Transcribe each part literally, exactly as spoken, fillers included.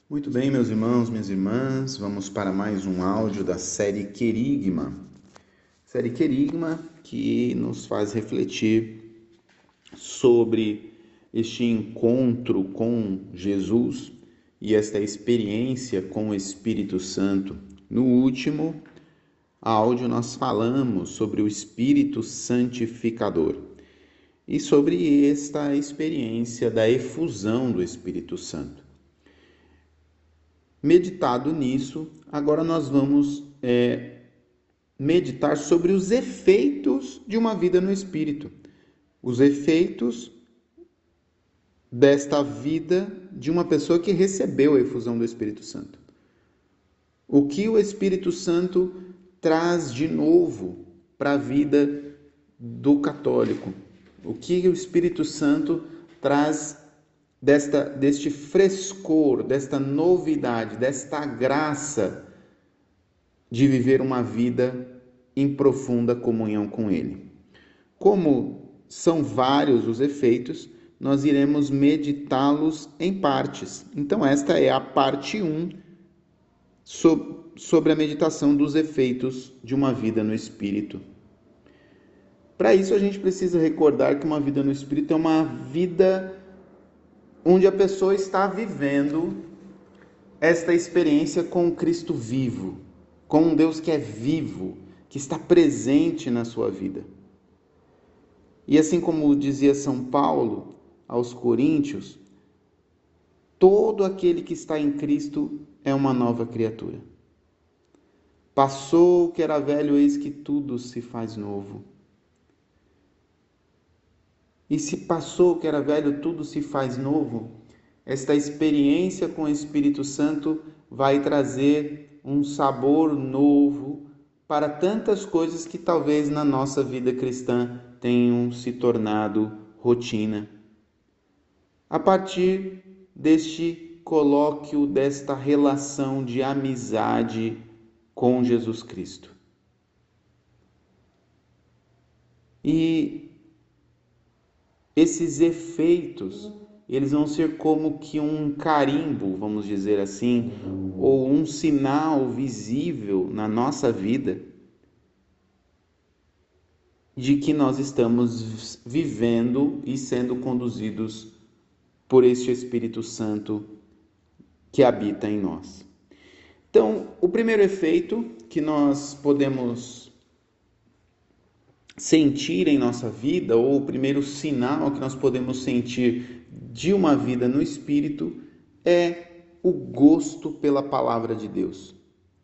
Muito bem, meus irmãos, minhas irmãs, vamos para mais um áudio da série Querigma. Série Querigma que nos faz refletir sobre este encontro com Jesus e esta experiência com o Espírito Santo. No último áudio nós falamos sobre o Espírito Santificador e sobre esta experiência da efusão do Espírito Santo. Meditado nisso, agora nós vamos é, meditar sobre os efeitos de uma vida no Espírito. Os efeitos desta vida de uma pessoa que recebeu a efusão do Espírito Santo. O que o Espírito Santo traz de novo para a vida do católico? O que o Espírito Santo traz Desta, deste frescor, desta novidade, desta graça de viver uma vida em profunda comunhão com Ele. Como são vários os efeitos, nós iremos meditá-los em partes. Então, esta é a parte um sobre a meditação dos efeitos de uma vida no Espírito. Para isso, a gente precisa recordar que uma vida no Espírito é uma vida onde a pessoa está vivendo esta experiência com o Cristo vivo, com um Deus que é vivo, que está presente na sua vida. E assim como dizia São Paulo aos Coríntios, todo aquele que está em Cristo é uma nova criatura. Passou o que era velho, eis que tudo se faz novo. E se passou o que era velho, tudo se faz novo, esta experiência com o Espírito Santo vai trazer um sabor novo para tantas coisas que talvez na nossa vida cristã tenham se tornado rotina. A partir deste colóquio, desta relação de amizade com Jesus Cristo. E esses efeitos, eles vão ser como que um carimbo, vamos dizer assim, ou um sinal visível na nossa vida de que nós estamos vivendo e sendo conduzidos por este Espírito Santo que habita em nós. Então, o primeiro efeito que nós podemos sentir em nossa vida, ou o primeiro sinal que nós podemos sentir de uma vida no Espírito, é o gosto pela palavra de Deus.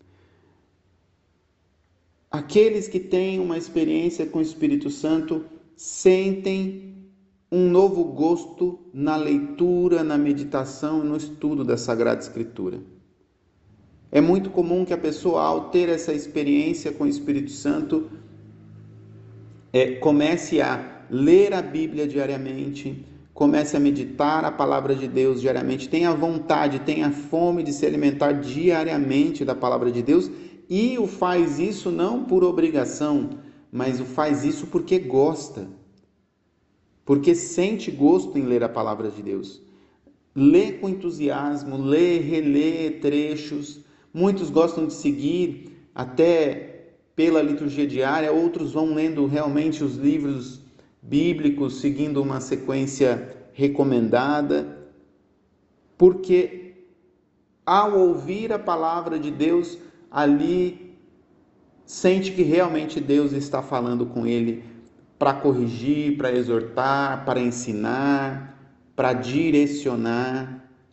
Aqueles que têm uma experiência com o Espírito Santo sentem um novo gosto na leitura, na meditação e no estudo da Sagrada Escritura. É muito comum que a pessoa, ao ter essa experiência com o Espírito Santo, É, comece a ler a Bíblia diariamente, comece a meditar a palavra de Deus diariamente, tenha vontade, tenha fome de se alimentar diariamente da palavra de Deus, e o faz isso não por obrigação, mas o faz isso porque gosta, porque sente gosto em ler a palavra de Deus. Lê com entusiasmo, lê, relê trechos, muitos gostam de seguir até pela liturgia diária, outros vão lendo realmente os livros bíblicos, seguindo uma sequência recomendada, porque ao ouvir a palavra de Deus, ali sente que realmente Deus está falando com ele para corrigir, para exortar, para ensinar, para direcionar.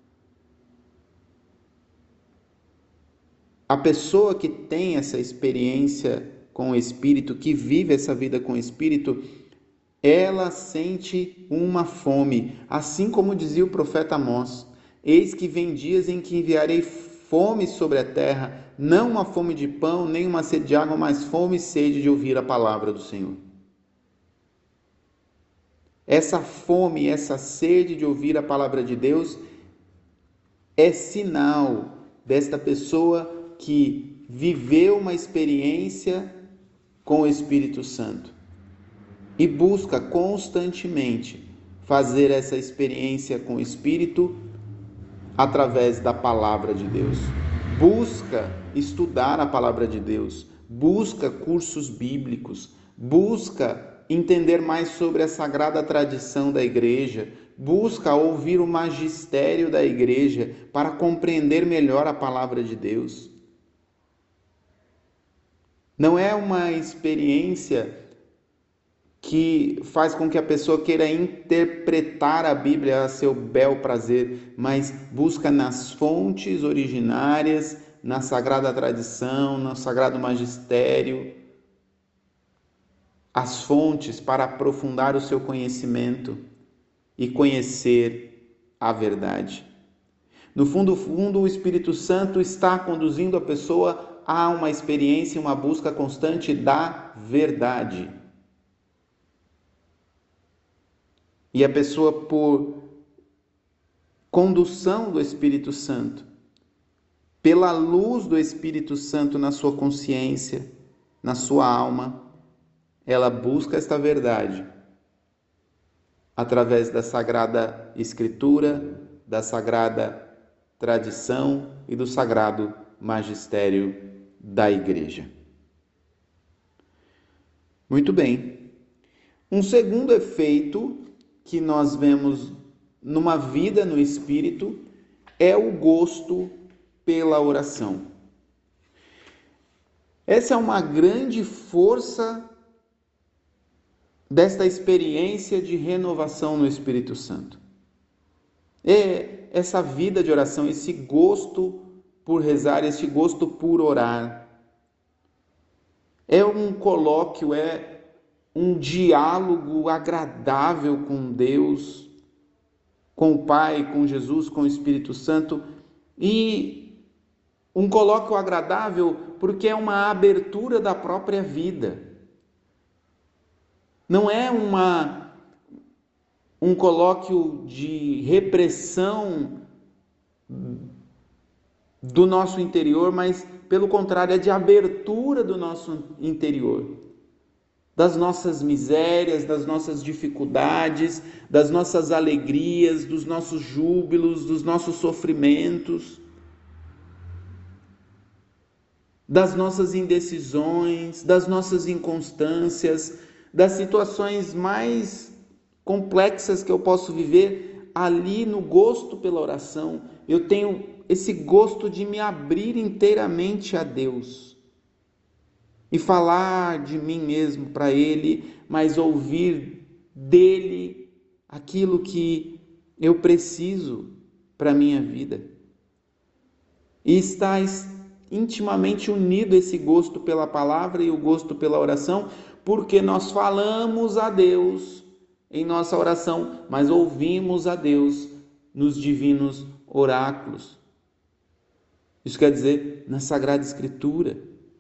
A pessoa que tem essa experiência com o Espírito, que vive essa vida com o Espírito, ela sente uma fome, assim como dizia o profeta Amós: eis que vem dias em que enviarei fome sobre a terra, não uma fome de pão, nem uma sede de água, mas fome e sede de ouvir a palavra do Senhor. Essa fome, essa sede de ouvir a palavra de Deus é sinal desta pessoa que viveu uma experiência com o Espírito Santo e busca constantemente fazer essa experiência com o Espírito através da palavra de Deus. Busca estudar a palavra de Deus, busca cursos bíblicos, busca entender mais sobre a sagrada tradição da igreja, busca ouvir o magistério da igreja para compreender melhor a palavra de Deus. Não é uma experiência que faz com que a pessoa queira interpretar a Bíblia a seu bel prazer, mas busca nas fontes originárias, na sagrada tradição, no sagrado magistério, as fontes para aprofundar o seu conhecimento e conhecer a verdade. No fundo, fundo, o Espírito Santo está conduzindo a pessoa a uma experiência, uma busca constante da verdade. E a pessoa, por condução do Espírito Santo, pela luz do Espírito Santo na sua consciência, na sua alma, ela busca esta verdade através da Sagrada Escritura, da Sagrada Tradição e do Sagrado Magistério da Igreja. Muito bem. Um segundo efeito que nós vemos numa vida no Espírito é o gosto pela oração. Essa é uma grande força desta experiência de renovação no Espírito Santo. É essa vida de oração, esse gosto por rezar, esse gosto por orar. É um colóquio, é um diálogo agradável com Deus, com o Pai, com Jesus, com o Espírito Santo, e um colóquio agradável porque é uma abertura da própria vida. Não é uma, um colóquio de repressão do nosso interior, mas pelo contrário, é de abertura do nosso interior. Das nossas misérias, das nossas dificuldades, das nossas alegrias, dos nossos júbilos, dos nossos sofrimentos, das nossas indecisões, das nossas inconstâncias, das situações mais complexas que eu posso viver. Ali no gosto pela oração, eu tenho esse gosto de me abrir inteiramente a Deus e falar de mim mesmo para Ele, mas ouvir dEle aquilo que eu preciso para a minha vida. E está intimamente unido esse gosto pela palavra e o gosto pela oração, porque nós falamos a Deus em nossa oração, mas ouvimos a Deus nos divinos oráculos. Isso quer dizer, na Sagrada Escritura.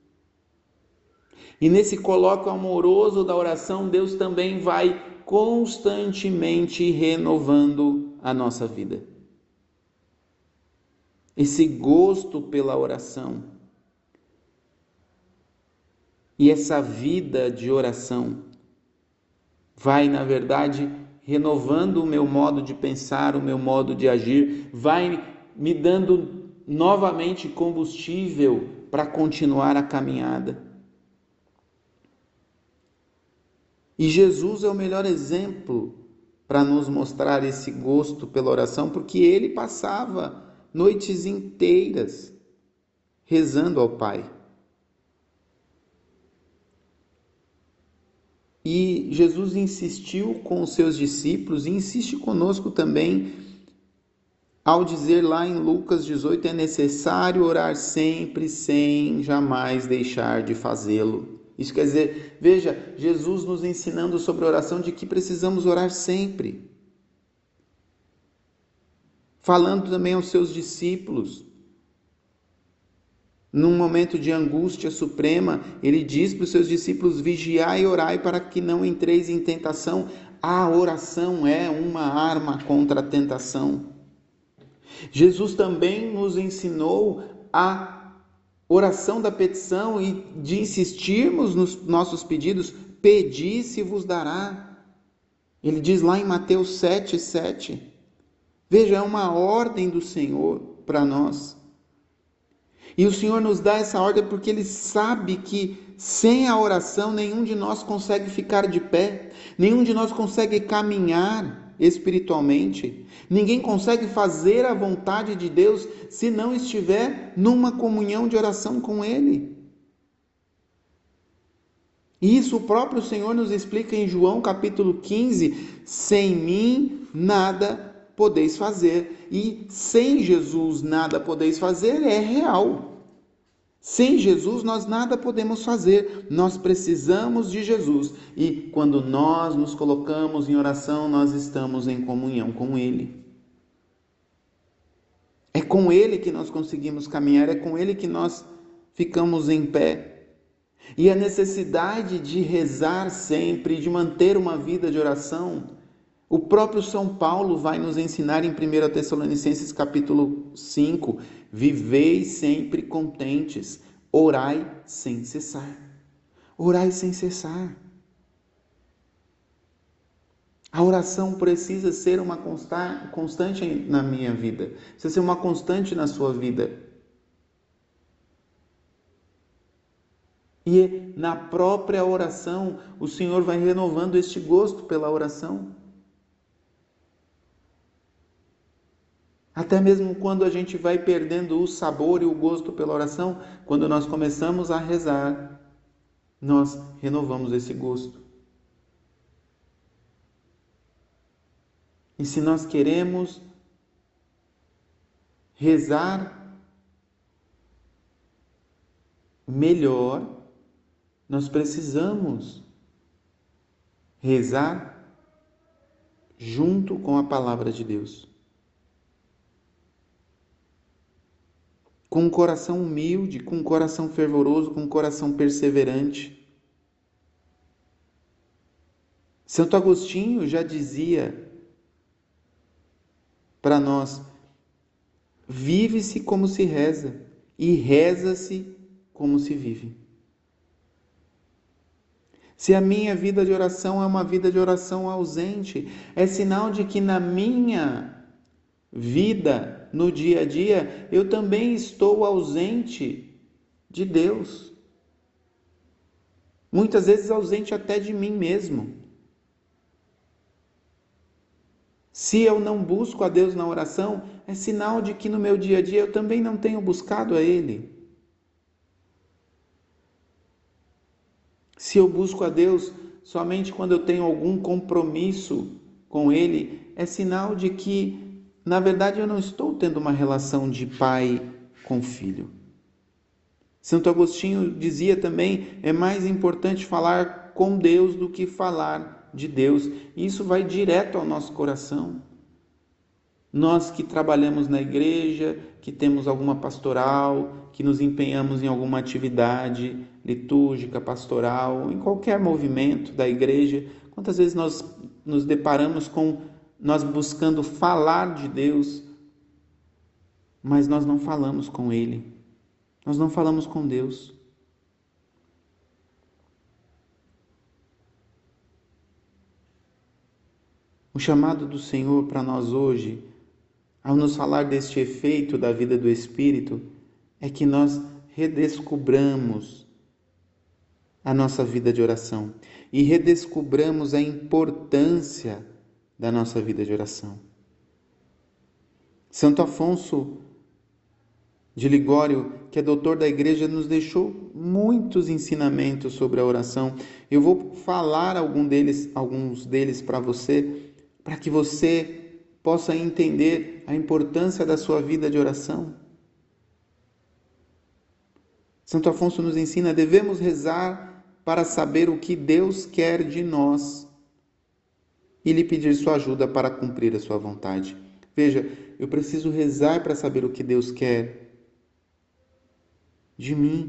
E nesse colóquio amoroso da oração, Deus também vai constantemente renovando a nossa vida. Esse gosto pela oração e essa vida de oração vai, na verdade, renovando o meu modo de pensar, o meu modo de agir, vai me dando novamente combustível para continuar a caminhada. E Jesus é o melhor exemplo para nos mostrar esse gosto pela oração, porque ele passava noites inteiras rezando ao Pai. E Jesus insistiu com os seus discípulos e insiste conosco também ao dizer lá em Lucas dezoito, é necessário orar sempre, sem jamais deixar de fazê-lo. Isso quer dizer, veja, Jesus nos ensinando sobre oração, de que precisamos orar sempre. Falando também aos seus discípulos, num momento de angústia suprema, ele diz para os seus discípulos, vigiai e orai para que não entreis em tentação. A oração é uma arma contra a tentação. Jesus também nos ensinou a oração da petição e de insistirmos nos nossos pedidos. Pedi se vos dará. Ele diz lá em Mateus sete, sete. Veja, é uma ordem do Senhor para nós. E o Senhor nos dá essa ordem porque Ele sabe que sem a oração nenhum de nós consegue ficar de pé, nenhum de nós consegue caminhar espiritualmente, ninguém consegue fazer a vontade de Deus se não estiver numa comunhão de oração com Ele. E isso o próprio Senhor nos explica em João capítulo quinze, sem mim nada podeis fazer. E sem Jesus nada podeis fazer é real. Sem Jesus nós nada podemos fazer, nós precisamos de Jesus. E quando nós nos colocamos em oração, nós estamos em comunhão com Ele. É com Ele que nós conseguimos caminhar, é com Ele que nós ficamos em pé. E a necessidade de rezar sempre, de manter uma vida de oração, o próprio São Paulo vai nos ensinar em primeira Tessalonicenses capítulo cinco, vivei sempre contentes, orai sem cessar. Orai sem cessar. A oração precisa ser uma constante na minha vida, precisa ser uma constante na sua vida. E na própria oração, o Senhor vai renovando este gosto pela oração. Até mesmo quando a gente vai perdendo o sabor e o gosto pela oração, quando nós começamos a rezar, nós renovamos esse gosto. E se nós queremos rezar melhor, nós precisamos rezar junto com a palavra de Deus. Com um coração humilde, com um coração fervoroso, com um coração perseverante. Santo Agostinho já dizia para nós: vive-se como se reza e reza-se como se vive. Se a minha vida de oração é uma vida de oração ausente, é sinal de que na minha vida, no dia a dia, eu também estou ausente de Deus. Muitas vezes ausente até de mim mesmo. Se eu não busco a Deus na oração, é sinal de que no meu dia a dia eu também não tenho buscado a Ele. Se eu busco a Deus somente quando eu tenho algum compromisso com Ele, é sinal de que, na verdade, eu não estou tendo uma relação de pai com filho. Santo Agostinho dizia também, é mais importante falar com Deus do que falar de Deus. E isso vai direto ao nosso coração. Nós que trabalhamos na igreja, que temos alguma pastoral, que nos empenhamos em alguma atividade litúrgica, pastoral, em qualquer movimento da igreja, quantas vezes nós nos deparamos com nós buscando falar de Deus, mas nós não falamos com Ele, nós não falamos com Deus. O chamado do Senhor para nós hoje, ao nos falar deste efeito da vida do Espírito, é que nós redescubramos a nossa vida de oração e redescubramos a importância da nossa vida de oração. Santo Afonso de Ligório, que é doutor da igreja, nos deixou muitos ensinamentos sobre a oração. Eu vou falar algum deles, alguns deles para você, para que você possa entender a importância da sua vida de oração. Santo Afonso nos ensina: devemos rezar para saber o que Deus quer de nós e lhe pedir sua ajuda para cumprir a sua vontade. Veja, eu preciso rezar para saber o que Deus quer de mim.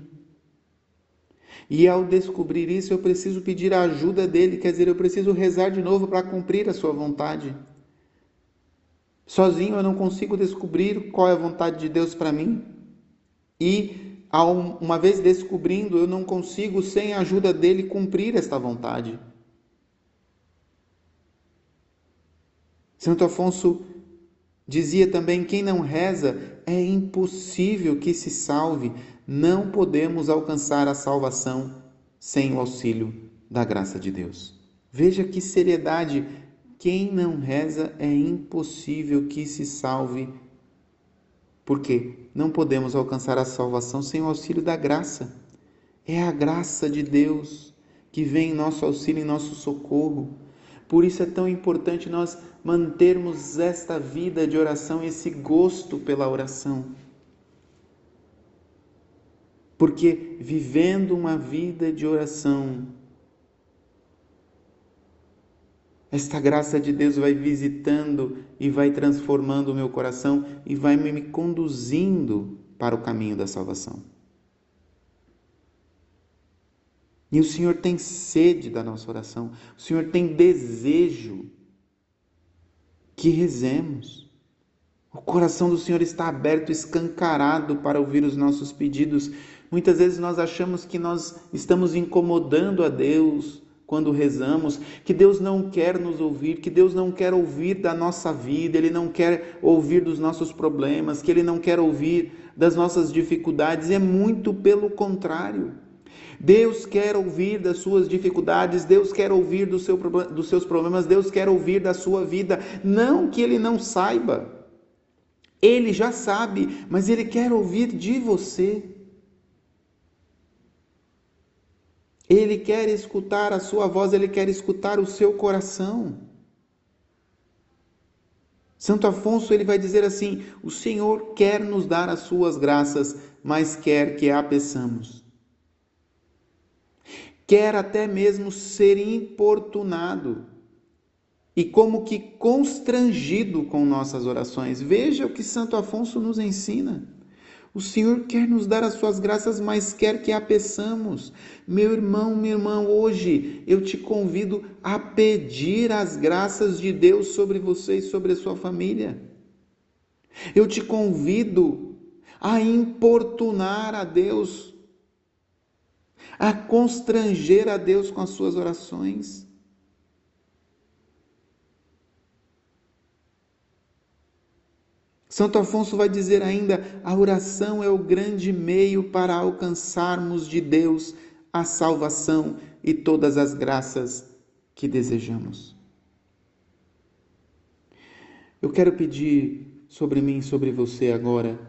E ao descobrir isso, eu preciso pedir a ajuda dele, quer dizer, eu preciso rezar de novo para cumprir a sua vontade. Sozinho eu não consigo descobrir qual é a vontade de Deus para mim. E uma vez descobrindo, eu não consigo, sem a ajuda dele, cumprir esta vontade. Santo Afonso Dizia também: quem não reza, é impossível que se salve. Não podemos alcançar a salvação sem o auxílio da graça de Deus. Veja que seriedade. Quem não reza, é impossível que se salve. Por quê? Não podemos alcançar a salvação sem o auxílio da graça. É a graça de Deus que vem em nosso auxílio, em nosso socorro. Por isso é tão importante nós mantermos esta vida de oração, esse gosto pela oração. Porque vivendo uma vida de oração, esta graça de Deus vai visitando e vai transformando o meu coração e vai me conduzindo para o caminho da salvação. E o Senhor tem sede da nossa oração, o Senhor tem desejo que rezemos. O coração do Senhor está aberto, escancarado para ouvir os nossos pedidos. Muitas vezes nós achamos que nós estamos incomodando a Deus quando rezamos, que Deus não quer nos ouvir, que Deus não quer ouvir da nossa vida, Ele não quer ouvir dos nossos problemas, que Ele não quer ouvir das nossas dificuldades. É muito pelo contrário. Deus quer ouvir das suas dificuldades, Deus quer ouvir do seu, dos seus problemas, Deus quer ouvir da sua vida. Não que Ele não saiba, Ele já sabe, mas Ele quer ouvir de você. Ele quer escutar a sua voz, Ele quer escutar o seu coração. Santo Afonso, ele vai dizer assim: o Senhor quer nos dar as suas graças, mas quer que a peçamos. Quer até mesmo ser importunado e como que constrangido com nossas orações. Veja o que Santo Afonso nos ensina. O Senhor quer nos dar as suas graças, mas quer que a peçamos. Meu irmão, minha irmã, hoje eu te convido a pedir as graças de Deus sobre você e sobre a sua família. Eu te convido a importunar a Deus, a constranger a Deus com as suas orações. Santo Afonso vai dizer ainda: a oração é o grande meio para alcançarmos de Deus a salvação e todas as graças que desejamos. Eu quero pedir sobre mim e sobre você agora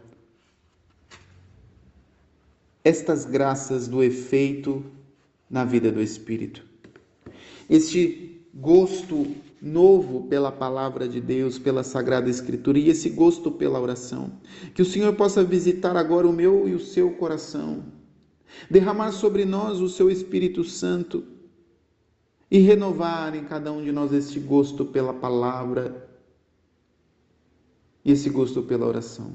estas graças do efeito na vida do Espírito. Este gosto novo pela palavra de Deus, pela Sagrada Escritura, e esse gosto pela oração. Que o Senhor possa visitar agora o meu e o seu coração, derramar sobre nós o seu Espírito Santo e renovar em cada um de nós este gosto pela palavra e esse gosto pela oração.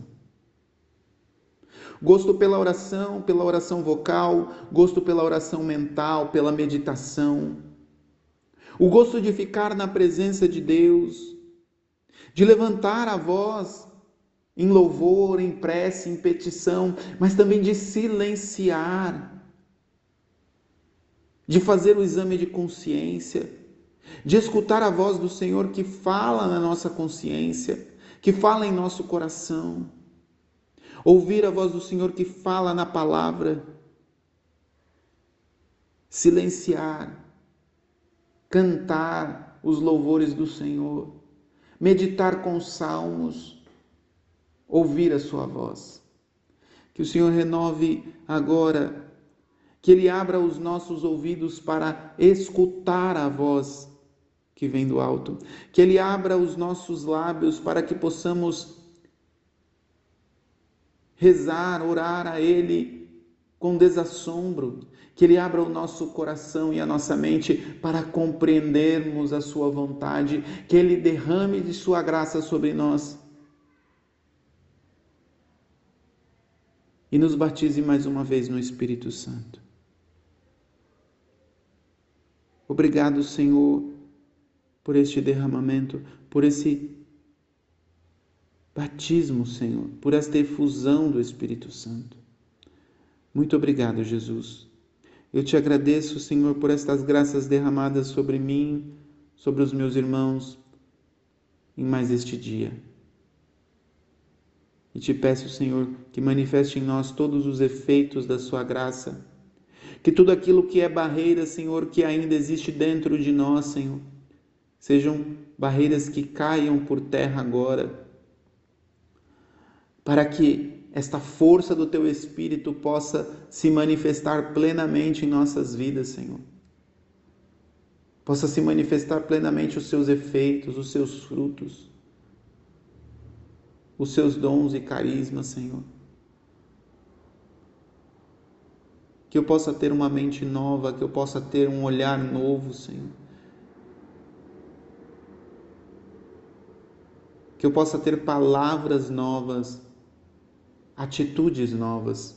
Gosto pela oração, pela oração vocal, gosto pela oração mental, pela meditação. O gosto de ficar na presença de Deus, de levantar a voz em louvor, em prece, em petição, mas também de silenciar, de fazer o exame de consciência, de escutar a voz do Senhor que fala na nossa consciência, que fala em nosso coração, ouvir a voz do Senhor que fala na palavra, silenciar, cantar os louvores do Senhor, meditar com salmos, ouvir a sua voz. Que o Senhor renove agora, que Ele abra os nossos ouvidos para escutar a voz que vem do alto, que Ele abra os nossos lábios para que possamos rezar, orar a Ele com desassombro, que Ele abra o nosso coração e a nossa mente para compreendermos a sua vontade, que Ele derrame de sua graça sobre nós e nos batize mais uma vez no Espírito Santo. Obrigado, Senhor, por este derramamento, por esse batismo, Senhor, por esta efusão do Espírito Santo. Muito obrigado, Jesus. Eu te agradeço, Senhor, por estas graças derramadas sobre mim, sobre os meus irmãos, em mais este dia. E te peço, Senhor, que manifeste em nós todos os efeitos da sua graça. Que tudo aquilo que é barreira, Senhor, que ainda existe dentro de nós, Senhor, sejam barreiras que caiam por terra agora, para que esta força do Teu Espírito possa se manifestar plenamente em nossas vidas, Senhor. Possa se manifestar plenamente os seus efeitos, os seus frutos, os seus dons e carismas, Senhor. Que eu possa ter uma mente nova, que eu possa ter um olhar novo, Senhor. Que eu possa ter palavras novas, atitudes novas.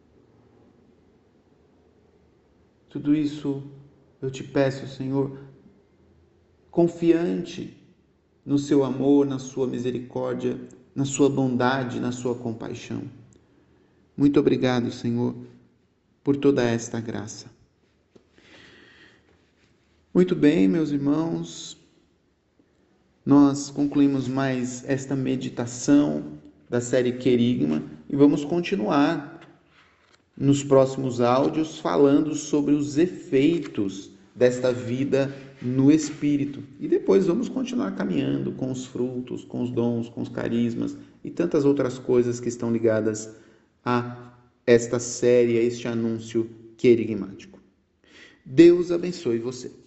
Tudo isso eu te peço, Senhor, confiante no seu amor, na sua misericórdia, na sua bondade, na sua compaixão. Muito obrigado, Senhor, por toda esta graça. Muito bem, meus irmãos, nós concluímos mais esta meditação da série Querigma e vamos continuar nos próximos áudios falando sobre os efeitos desta vida no Espírito. E depois vamos continuar caminhando com os frutos, com os dons, com os carismas e tantas outras coisas que estão ligadas a esta série, a este anúncio querigmático. Deus abençoe você.